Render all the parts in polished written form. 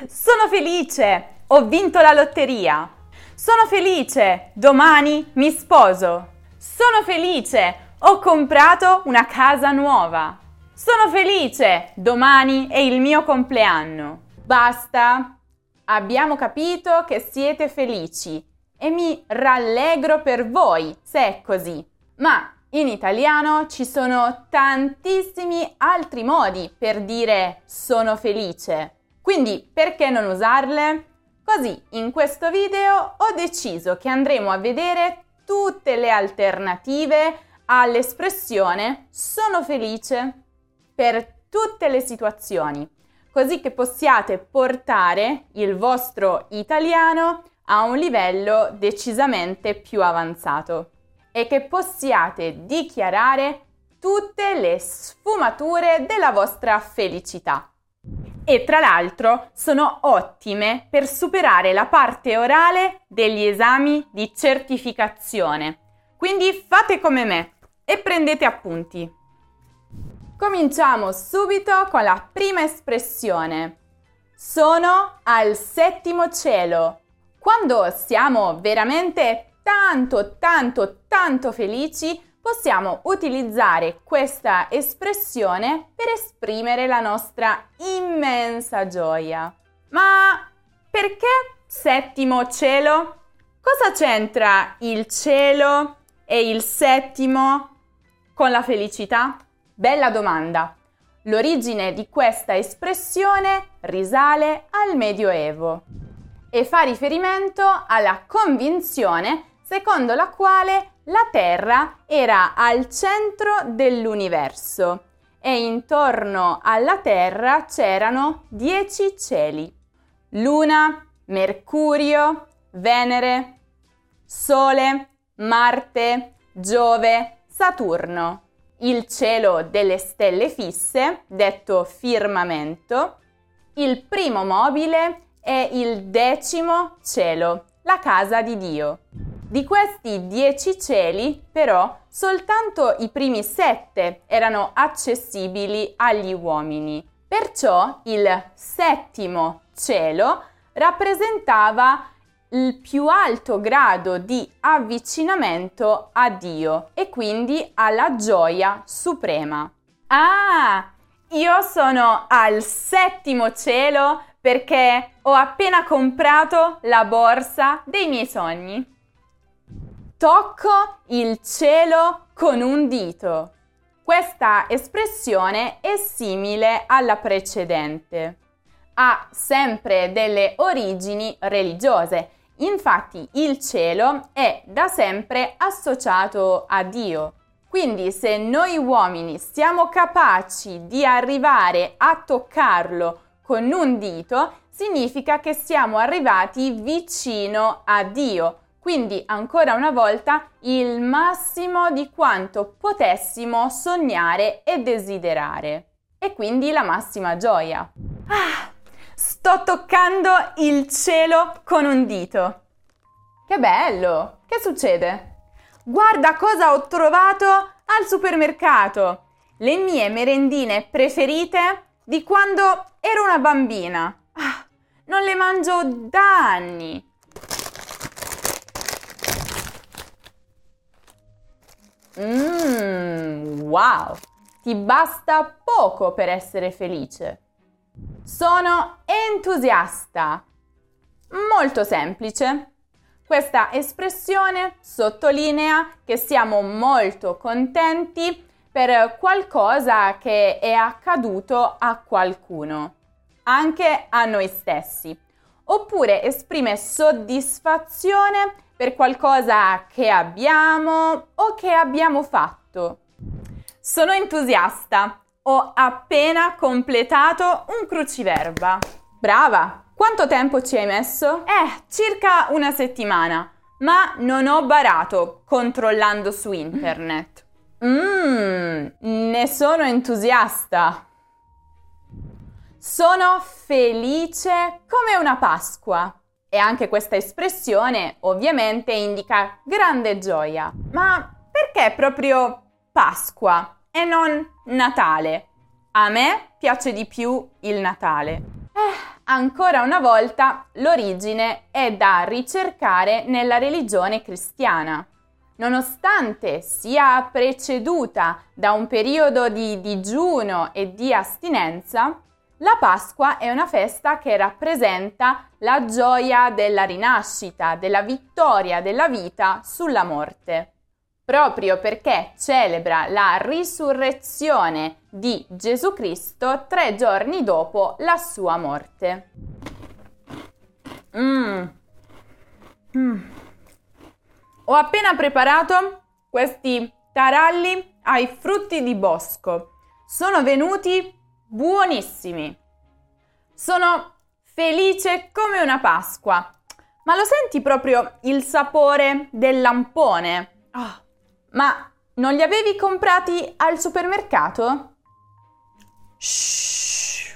Sono felice! Ho vinto la lotteria! Sono felice! Domani mi sposo! Sono felice! Ho comprato una casa nuova! Sono felice! Domani è il mio compleanno! Basta! Abbiamo capito che siete felici e mi rallegro per voi se è così. Ma in italiano ci sono tantissimi altri modi per dire sono felice. Quindi perché non usarle? Così in questo video ho deciso che andremo a vedere tutte le alternative all'espressione sono felice per tutte le situazioni, così che possiate portare il vostro italiano a un livello decisamente più avanzato e che possiate dichiarare tutte le sfumature della vostra felicità. E tra l'altro sono ottime per superare la parte orale degli esami di certificazione. Quindi fate come me e prendete appunti. Cominciamo subito con la prima espressione. Sono al settimo cielo. Quando siamo veramente tanto felici, possiamo utilizzare questa espressione per esprimere la nostra immensa gioia. Ma perché settimo cielo? Cosa c'entra il cielo e il settimo con la felicità? Bella domanda. L'origine di questa espressione risale al Medioevo e fa riferimento alla convinzione secondo la quale la Terra era al centro dell'universo e intorno alla Terra c'erano 10 cieli: Luna, Mercurio, Venere, Sole, Marte, Giove, Saturno. Il cielo delle stelle fisse, detto firmamento, il primo mobile è il 10° cielo, la casa di Dio. Di questi 10 cieli, però, soltanto i primi 7 erano accessibili agli uomini. Perciò il 7° cielo rappresentava il più alto grado di avvicinamento a Dio e quindi alla gioia suprema. Ah, io sono al 7° cielo perché ho appena comprato la borsa dei miei sogni. Tocco il cielo con un dito. Questa espressione è simile alla precedente. Ha sempre delle origini religiose. Infatti il cielo è da sempre associato a Dio. Quindi se noi uomini siamo capaci di arrivare a toccarlo con un dito, significa che siamo arrivati vicino a Dio. Quindi ancora una volta il massimo di quanto potessimo sognare e desiderare. E quindi la massima gioia. Sto toccando il cielo con un dito. Che bello! Che succede? Guarda cosa ho trovato al supermercato! Le mie merendine preferite di quando ero una bambina. Non le mangio da anni. Wow! Ti basta poco per essere felice. Sono entusiasta. Molto semplice. Questa espressione sottolinea che siamo molto contenti per qualcosa che è accaduto a qualcuno, anche a noi stessi, oppure esprime soddisfazione per qualcosa che abbiamo o che abbiamo fatto. Sono entusiasta. Ho appena completato un cruciverba. Brava! Quanto tempo ci hai messo? Circa una settimana, ma non ho barato controllando su internet. Ne sono entusiasta. Sono felice come una Pasqua. E anche questa espressione ovviamente indica grande gioia. Ma perché proprio Pasqua e non Natale? A me piace di più il Natale. Ancora una volta l'origine è da ricercare nella religione cristiana. Nonostante sia preceduta da un periodo di digiuno e di astinenza, la Pasqua è una festa che rappresenta la gioia della rinascita, della vittoria della vita sulla morte. Proprio perché celebra la risurrezione di Gesù Cristo 3 giorni dopo la sua morte. Ho appena preparato questi taralli ai frutti di bosco. Sono venuti buonissimi. Sono felice come una Pasqua. Ma lo senti proprio il sapore del lampone? Ma non li avevi comprati al supermercato? Shhh.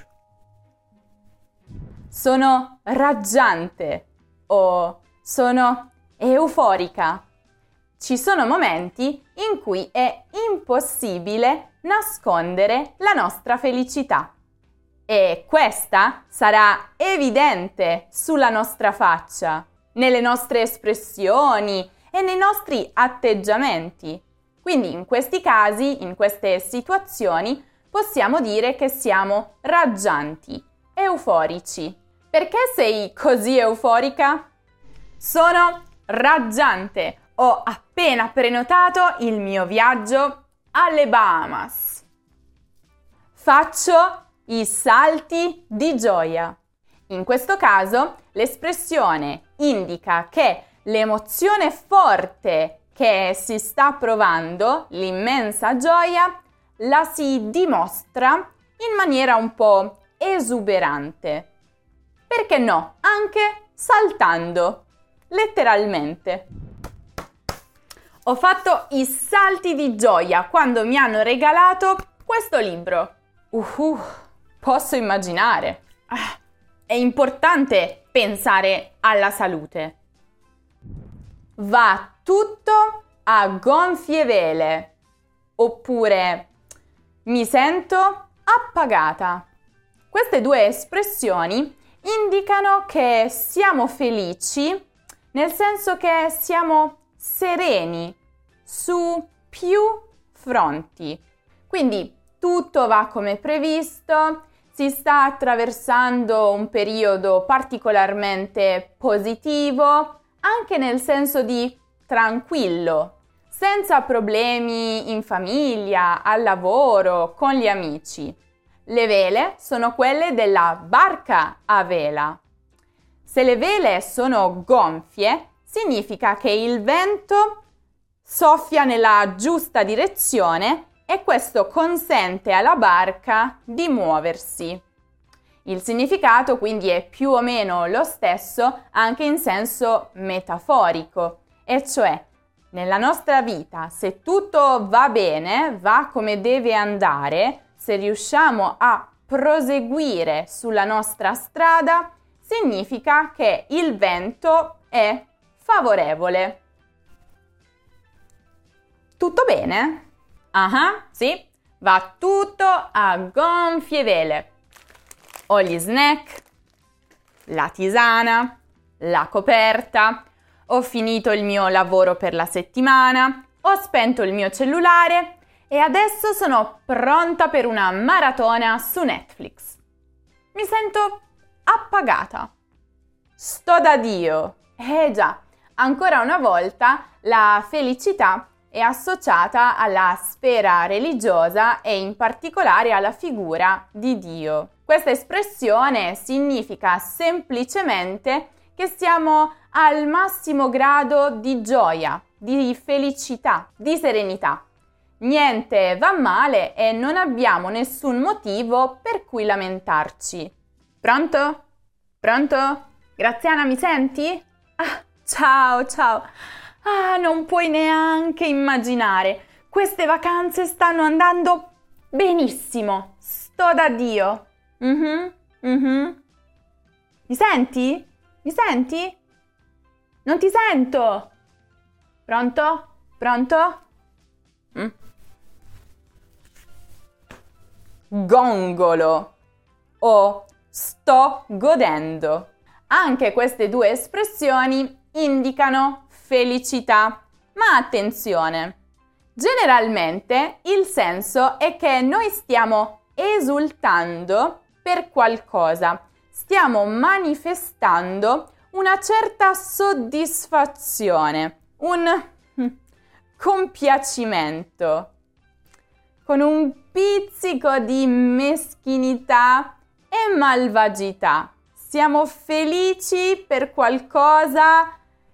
Sono raggiante o sono euforica. Ci sono momenti in cui è impossibile nascondere la nostra felicità. E questa sarà evidente sulla nostra faccia, nelle nostre espressioni e nei nostri atteggiamenti. Quindi in questi casi, in queste situazioni, possiamo dire che siamo raggianti, euforici. Perché sei così euforica? Sono raggiante. Ho appena prenotato il mio viaggio alle Bahamas. Faccio i salti di gioia. In questo caso l'espressione indica che l'emozione forte che si sta provando, l'immensa gioia, la si dimostra in maniera un po' esuberante. Perché no? Anche saltando, letteralmente. Ho fatto i salti di gioia quando mi hanno regalato questo libro. Posso immaginare. È importante pensare alla salute. Va tutto a gonfie vele. Oppure mi sento appagata. Queste due espressioni indicano che siamo felici, nel senso che siamo sereni su più fronti. Quindi tutto va come previsto, si sta attraversando un periodo particolarmente positivo, anche nel senso di tranquillo, senza problemi in famiglia, al lavoro, con gli amici. Le vele sono quelle della barca a vela. Se le vele sono gonfie, significa che il vento soffia nella giusta direzione e questo consente alla barca di muoversi. Il significato quindi è più o meno lo stesso anche in senso metaforico, e cioè nella nostra vita, se tutto va bene, va come deve andare, se riusciamo a proseguire sulla nostra strada, significa che il vento è favorevole. Tutto bene? Sì, va tutto a gonfie vele. Ho gli snack, la tisana, la coperta, ho finito il mio lavoro per la settimana, ho spento il mio cellulare e adesso sono pronta per una maratona su Netflix. Mi sento appagata. Sto da Dio. Già, ancora una volta la felicità è associata alla sfera religiosa e in particolare alla figura di Dio. Questa espressione significa semplicemente che siamo al massimo grado di gioia, di felicità, di serenità. Niente va male e non abbiamo nessun motivo per cui lamentarci. Pronto? Pronto? Graziana, mi senti? Ciao. Non puoi neanche immaginare. Queste vacanze stanno andando benissimo. Sto da Dio. Mi senti? Mi senti? Non ti sento. Pronto? Pronto? Gongolo o sto godendo. Anche queste due espressioni indicano felicità, ma attenzione! Generalmente il senso è che noi stiamo esultando per qualcosa, stiamo manifestando una certa soddisfazione, un compiacimento, con un pizzico di meschinità e malvagità. Siamo felici per qualcosa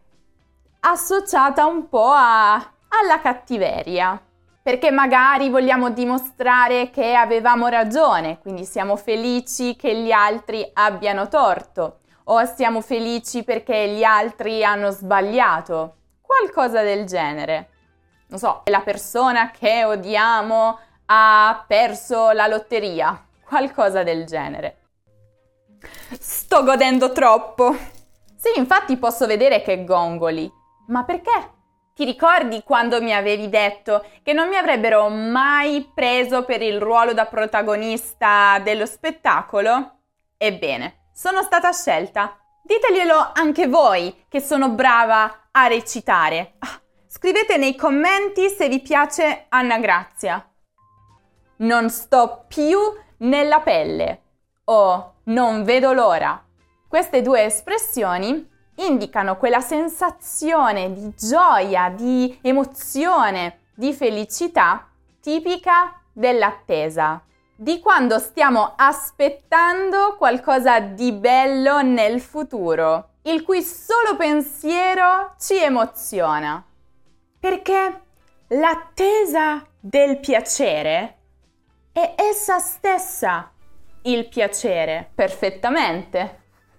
associata un po' alla cattiveria, perché magari vogliamo dimostrare che avevamo ragione, quindi siamo felici che gli altri abbiano torto, o siamo felici perché gli altri hanno sbagliato, qualcosa del genere. Non so, la persona che odiamo ha perso la lotteria, qualcosa del genere. Sto godendo troppo! Sì, infatti posso vedere che gongoli. Ma perché? Ti ricordi quando mi avevi detto che non mi avrebbero mai preso per il ruolo da protagonista dello spettacolo? Ebbene, sono stata scelta. Diteglielo anche voi che sono brava a recitare. Scrivete nei commenti se vi piace Anna Grazia. Non sto più nella pelle o non vedo l'ora. Queste due espressioni indicano quella sensazione di gioia, di emozione, di felicità tipica dell'attesa, di quando stiamo aspettando qualcosa di bello nel futuro, il cui solo pensiero ci emoziona. Perché l'attesa del piacere è essa stessa il piacere, perfettamente.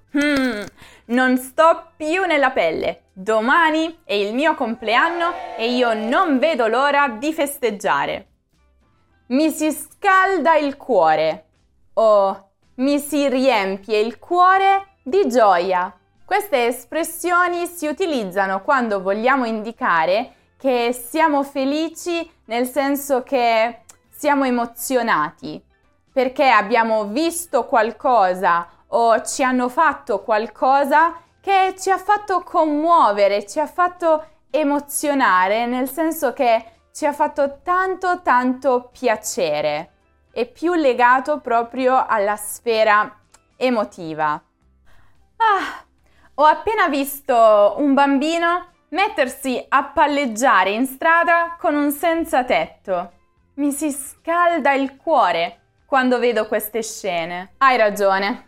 Non sto più nella pelle. Domani è il mio compleanno e io non vedo l'ora di festeggiare. Mi si scalda il cuore o mi si riempie il cuore di gioia. Queste espressioni si utilizzano quando vogliamo indicare che siamo felici, nel senso che siamo emozionati, perché abbiamo visto qualcosa o ci hanno fatto qualcosa che ci ha fatto commuovere, ci ha fatto emozionare, nel senso che ci ha fatto tanto piacere. È più legato proprio alla sfera emotiva. Ho appena visto un bambino mettersi a palleggiare in strada con un senza tetto. Mi si scalda il cuore quando vedo queste scene. Hai ragione.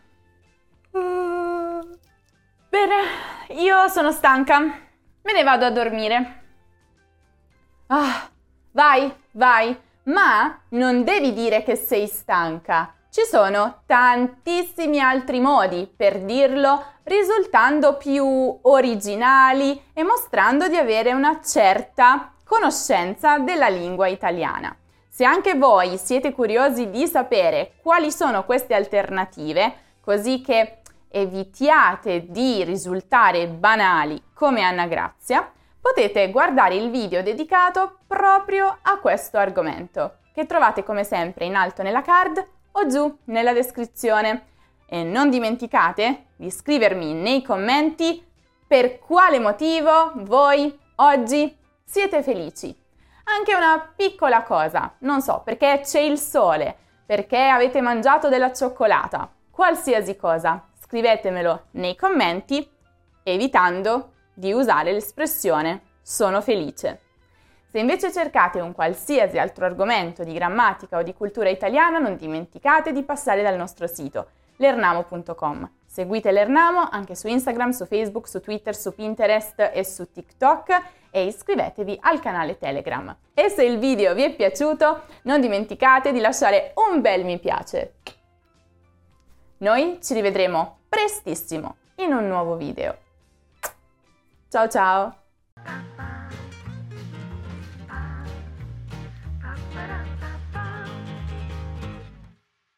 Bene, io sono stanca. Me ne vado a dormire. Vai, ma non devi dire che sei stanca. Ci sono tantissimi altri modi per dirlo, risultando più originali e mostrando di avere una certa conoscenza della lingua italiana. Se anche voi siete curiosi di sapere quali sono queste alternative, così che evitiate di risultare banali come Anna Grazia, potete guardare il video dedicato proprio a questo argomento, che trovate come sempre in alto nella card o giù nella descrizione. E non dimenticate di scrivermi nei commenti per quale motivo voi oggi siete felici. Anche una piccola cosa, non so, perché c'è il sole, perché avete mangiato della cioccolata, qualsiasi cosa, scrivetemelo nei commenti, evitando di usare l'espressione sono felice. Se invece cercate un qualsiasi altro argomento di grammatica o di cultura italiana, non dimenticate di passare dal nostro sito lernamo.com. Seguite Lernamo anche su Instagram, su Facebook, su Twitter, su Pinterest e su TikTok e iscrivetevi al canale Telegram. E se il video vi è piaciuto, non dimenticate di lasciare un bel mi piace. Noi ci rivedremo prestissimo in un nuovo video. Ciao ciao!